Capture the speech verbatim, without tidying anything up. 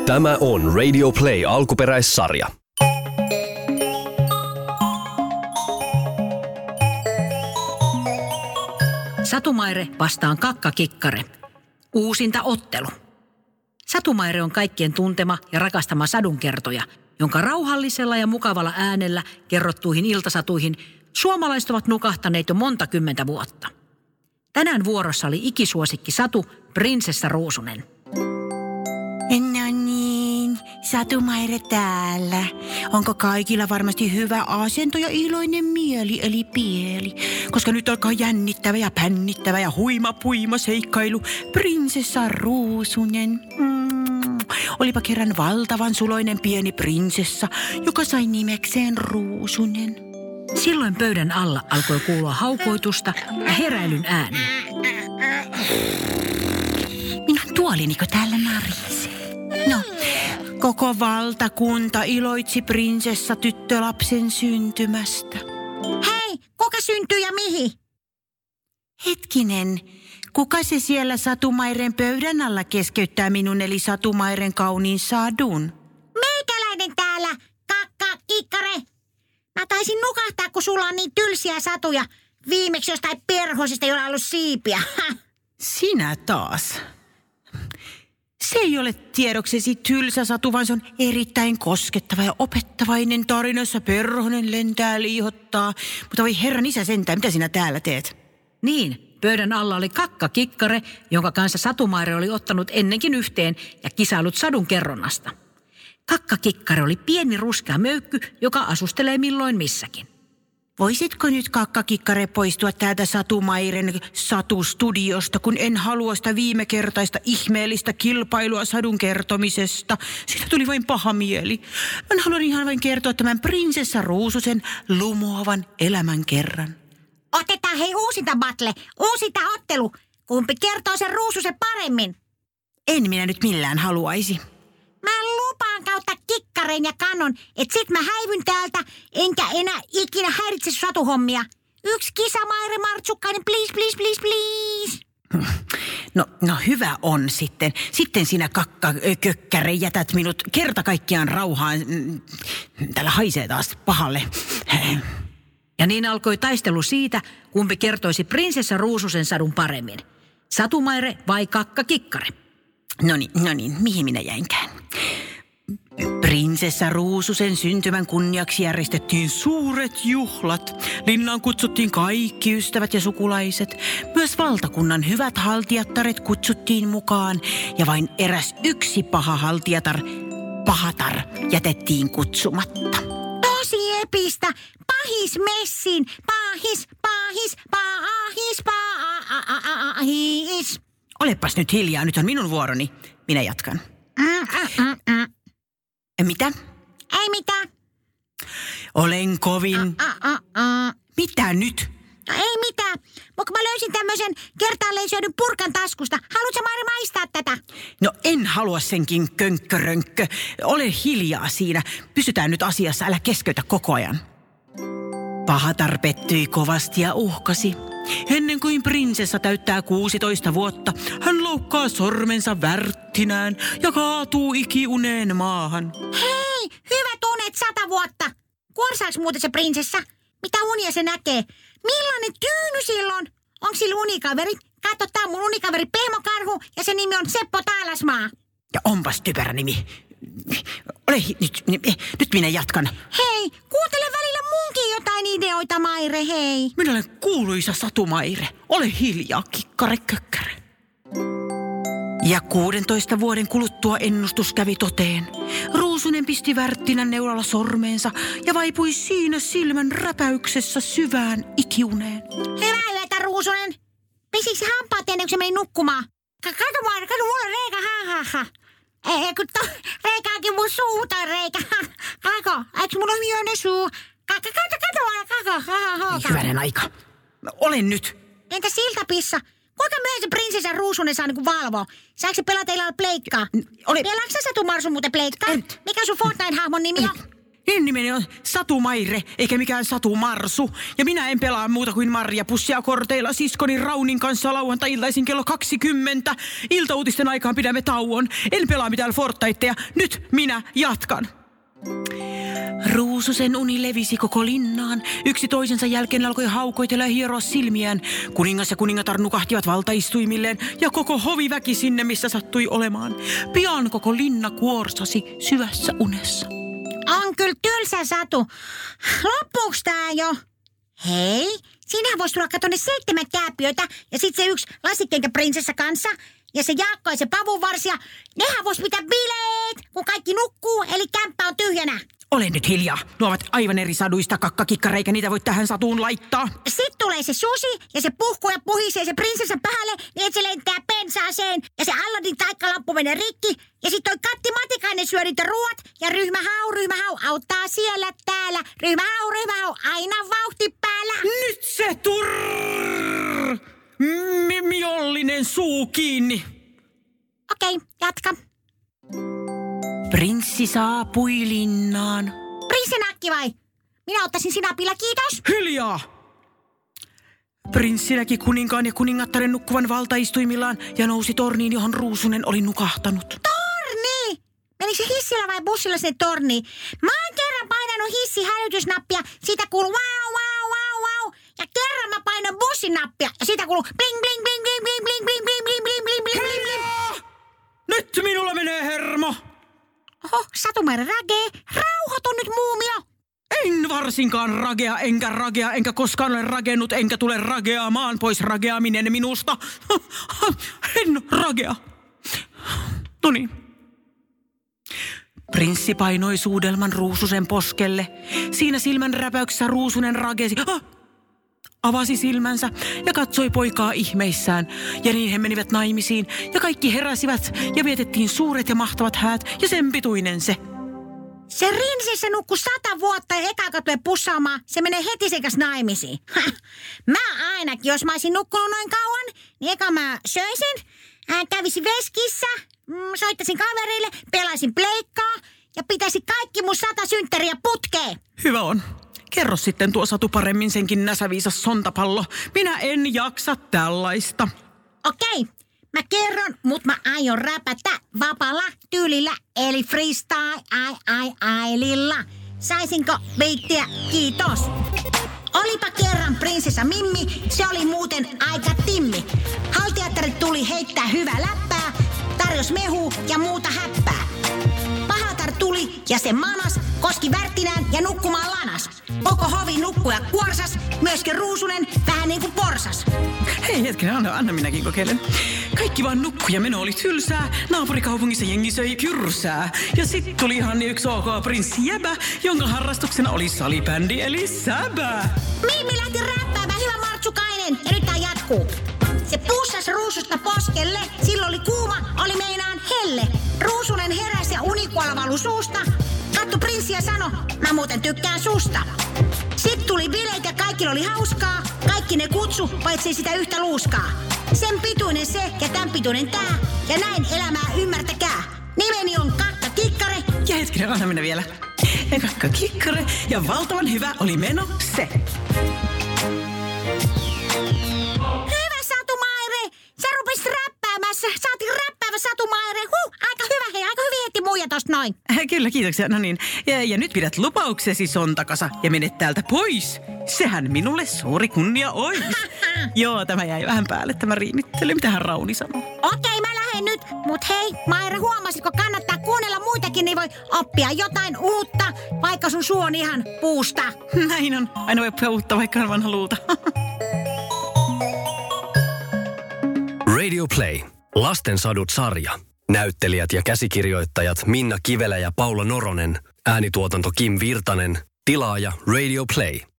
Tämä on Radio Play alkuperäissarja. Satumaire vastaan Kakkakikkare. Uusinta ottelu. Satumaire on kaikkien tuntema ja rakastama sadunkertoja, jonka rauhallisella ja mukavalla äänellä kerrottuihin iltasatuihin suomalaiset ovat nukahtaneet jo monta kymmentä vuotta. Tänään vuorossa oli ikisuosikki satu Prinsessa Ruusunen. No niin, Satumaire täällä. Onko kaikilla varmasti hyvä asento ja iloinen mieli eli pieli? Koska nyt alkaa jännittävä ja pännittävä ja huima puima seikkailu Prinsessa Ruusunen. Mm. Olipa kerran valtavan suloinen pieni prinsessa, joka sai nimekseen Ruusunen. Silloin pöydän alla alkoi kuulua haukoitusta ja heräilyn ääniä. Minun tuoliniko täällä narisee? No, koko valtakunta iloitsi prinsessa tyttölapsen syntymästä. Hei, kuka syntyy ja mihin? Hetkinen, kuka se siellä Satumairen pöydän alla keskeyttää minun eli Satumairen kauniin sadun? Meikäläinen täällä, Kakkakikkare. Mä taisin nukahtaa, kun sulla on niin tylsiä satuja. Viimeksi jostain perhosista, jolla on ollut siipiä. Sinä taas. Se ei ole tiedoksesi tylsä satu, vaan se on erittäin koskettava ja opettavainen tarina, jossa perhonen lentää liihottaa. Mutta voi herran isä sentään, mitä sinä täällä teet? Niin, pöydän alla oli Kakkakikkare, jonka kanssa Satumaire oli ottanut ennenkin yhteen ja kisailut sadun kerronnasta. Kakkakikkare oli pieni ruskea möykky, joka asustelee milloin missäkin. Voisitko nyt Kakkakikkare poistua täältä Satumairen satustudiosta, kun en halua sitä viimekertaista ihmeellistä kilpailua sadun kertomisesta. Siitä tuli vain paha mieli. Mä haluan ihan vain kertoa tämän Prinsessa Ruususen lumoavan elämän kerran. Otetaan hei uusinta battle, uusinta ottelu. Kumpi kertoo sen Ruususen paremmin? En minä nyt millään haluaisi. Mä lupaan kautta Kikkaren ja Kanon, että sit mä häivyn täältä, enkä enää ikinä häiritse satuhommia. Yksi kisa, Maire Martsukkainen, please, please, please, please. No, no hyvä on sitten. Sitten sinä Kakkakökkäre jätät minut kerta kaikkiaan rauhaan. Täällä haisee taas pahalle. Ja niin alkoi taistelu siitä, kumpi kertoisi Prinsessa Ruususen sadun paremmin. Satumaire vai Kakkakikkare? No niin, no niin, mihin minä jäinkään? Prinsessa Ruususen syntymän kunniaksi järjestettiin suuret juhlat. Linnaan kutsuttiin kaikki ystävät ja sukulaiset. Myös valtakunnan hyvät haltijattaret kutsuttiin mukaan. Ja vain eräs yksi paha haltijatar, Pahatar, jätettiin kutsumatta. Tosi epistä. Pahis messin. Pahis, pahis, pahis, pahis. Olepas nyt hiljaa, nyt on minun vuoroni. Minä jatkan. Mm, mm, mm, mm. Mitä? Ei mitään. Olen kovin... Uh, uh, uh. Mitä nyt? No ei mitään. Mutta mä löysin tämmöisen kertaalleen syödyn purkan taskusta. Haluatko Maire maistaa tätä? No en halua senkin könkkörönkkö. Ole hiljaa siinä. Pysytään nyt asiassa, älä keskeytä koko ajan. Pahatar pettyi kovasti ja uhkasi. Ennen kuin prinsessa täyttää kuusitoista vuotta, hän loukkaa sormensa värttinään ja kaatuu ikiuneen maahan. Hei, hyvät unet sata vuotta. Kuorsaaks muuten se prinsessa? Mitä unia se näkee? Millainen tyyny silloin? Onko sillä unikaveri? Katso, tää on mun unikaveri Pehmokarhu ja sen nimi on Seppo Taalasmaa. Ja onpas typerä nimi. Ole hi- nyt, nyt minä jatkan. Hei, kuuntele välillä munkin jotain ideoita, Maire, hei. Minä olen kuuluisa Satumaire. Ole hiljaa, Kikkare Kökkäre. Ja kuudentoista vuoden kuluttua ennustus kävi toteen. Ruusunen pisti värttinän neulalla sormeensa ja vaipui siinä silmän räpäyksessä syvään ikiuneen. Hyvää yötä, Ruusunen. Pesiksi hampaat ennen kuin se meni nukkumaan? Kato, Maire, kato, mulla on reikä, ha, ha, ha. Ei, kun to, reikääkin mun suuta reikä. Kako, eikö mulla ole hieno suu? Kato, kato, kato, kako, ha, ha, Ei hyvänen aika. Olen nyt. Entä siltapissa? Kuinka myöhemmin prinsessa Ruusunen saa niinku valvoa? Saatko se pelata illalla pleikkaa? Ole... Pelaatko sä Satu Marsu muuten pleikkaa? En. Mikä sun Fortnite-hahmon nimi on? Minun nimeni on Satu Maire, eikä mikään Satu Marsu. Ja minä en pelaa muuta kuin marjapussia korteilla siskoni Raunin kanssa lauantai-iltaisin kello kaksikymmentä. Iltauutisten aikaan pidämme tauon. En pelaa mitään Fortnitea. Nyt minä jatkan. Ruususen uni levisi koko linnaan. Yksi toisensa jälkeen alkoi haukoitella ja hieroa silmiään. Kuningas ja kuningatar nukahtivat valtaistuimilleen ja koko hoviväki sinne, missä sattui olemaan. Pian koko linna kuorsasi syvässä unessa. On kyllä tylsä, Satu. Loppuuks tää jo? Hei, sinähän vois tulla katsoa ne seitsemän kääpiöitä ja sit se yksi lasikkenkäprinsessa kanssa ja se Jaakko ja se pavunvarsi ja nehän vois pitää bileet, kun kaikki nukkuu, eli kämppä on tyhjänä. Ole nyt hiljaa. Nuo ovat aivan eri saduista kakkakikkareita, eikä niitä voi tähän Satuun laittaa. Sitten tulee se susi ja se puhkuu ja puhisee se prinsessan päälle, niin että se lentää pensaaseen. Ja se Aladdin taikkalappu menee rikki. Ja sitten toi Katti Matikainen syö niitä ruoat. Ja ryhmä hau, ryhmä hau, auttaa siellä täällä. Ryhmä hau, ryhmä hau, aina vauhti päällä. Nyt se turr! M- miollinen suu kiinni. Okei, jatka. Prinssi saapui linnaan. Prinssenakki vai? Minä ottaisin sinapilla, kiitos. Hiljaa! Prinssi näki kuninkaan ja kuningattaren nukkuvan valtaistuimillaan ja nousi torniin, johon Ruusunen oli nukahtanut. Torni! Menikö se hissillä vai bussilla sinne torniin? Mä oon kerran painanut hissi hälytysnappia, siitä kuuluu wow, wow, wow, wow. Ja kerran mä painan bussin nappia ja siitä kuuluu bling, bling, bling, bling, bling, bling, bling, bling, bling, bling, bling, bling, bling, bling. Nyt minulla menee hermo. Oho, Satu Maire rägee. Rauhoitu nyt, muumio. En varsinkaan ragea, enkä ragea, enkä koskaan ole ragennut, enkä tule rageamaan. Pois rageaminen minusta. En ragea. Noniin. Prinssi painoi suudelman Ruususen poskelle. Siinä silmän räpäyksessä Ruusunen ragesi. Ah! Avasi silmänsä ja katsoi poikaa ihmeissään. Ja niin he menivät naimisiin ja kaikki heräsivät ja vietettiin suuret ja mahtavat häät ja sen pituinen se. Se prinsessa nukkui sata vuotta ja eka tulee pussaamaan. Se menee heti sekäs naimisiin. Mä ainakin, jos mä olisin nukkunut noin kauan, niin eka mä söisin, ää, kävisin veskissä, mm, soittaisin kavereille, pelaisin pleikkaa ja pitäisin kaikki mun sata synttäriä putkeen. Hyvä on. Kerro sitten tuo Satu paremmin senkin näsäviisas sontapallo. Minä en jaksa tällaista. Okei, mä kerron, mut mä aion räpätä vapaalla tyylillä, eli freestyle ai ai aililla. Saisinko beittiä? Kiitos. Olipa kerran prinsessa Mimmi, se oli muuten aika timmi. Haltijattaret tuli heittää hyvää läppää, tarjos mehu ja muuta häppää. Pahatar tuli ja se manas, koski värttinään ja nukkumaan lanas. Koko hovi nukkui ja kuorsas, myöskin Ruusunen vähän niin kuin porsas. Hei hetken, anna, anna minäkin kokeilen. Kaikki vaan nukkui ja meno oli tylsää. Naapurikaupungissa jengi söi kyrsää. Ja sit tuli ihan yksi ok prinssi Jäbä, jonka harrastuksena oli salibändi eli säbä. Mimmi lähti räppäämään, hyvä Martsukainen, ja nyt tää jatkuu. Se pussas Ruususta poskelle, silloin oli kuuma, oli meinaan helle. Ruusunen heräsi ja unikuola valu suusta. Kattu prinssi ja sano, mä muuten tykkään susta. Sitten tuli bileet ja kaikilla oli hauskaa. Kaikki ne kutsu, paitsi sitä yhtä luuskaa. Sen pituinen se ja tämän pituinen tää. Ja näin elämää ymmärtäkää. Nimeni on Kakka Kikkare. Ja hetkinen, anna minä vielä. Ja Kakka Kikkare ja valtavan hyvä oli meno se. Hyvä Satu Maire. Sä rupesit räppäämässä. Saatiin räppäävä Satu Maire. Huh, aika hyvä hei, aika hyvin heti muija tosta noin. Kyllä, kiitoksia. No niin. Ja, ja nyt pidät lupauksesi sontakasa ja menet täältä pois. Sehän minulle suuri kunnia ois. Joo, tämä jäi vähän päälle, tämä riimittely. Mitähän Rauni sanoo? Okei, mä lähden nyt. Mut hei, Maire, huomasitko kannattaa kuunnella muitakin, niin voi oppia jotain uutta, vaikka sun suu on ihan puusta. Näin on. Aina voi oppia uutta, vaikka on vanha luuta. Radio Play. Lasten sadut sarja. Näyttelijät ja käsikirjoittajat Minna Kivelä ja Paula Noronen. Äänituotanto Kim Virtanen. Tilaaja Radio Play.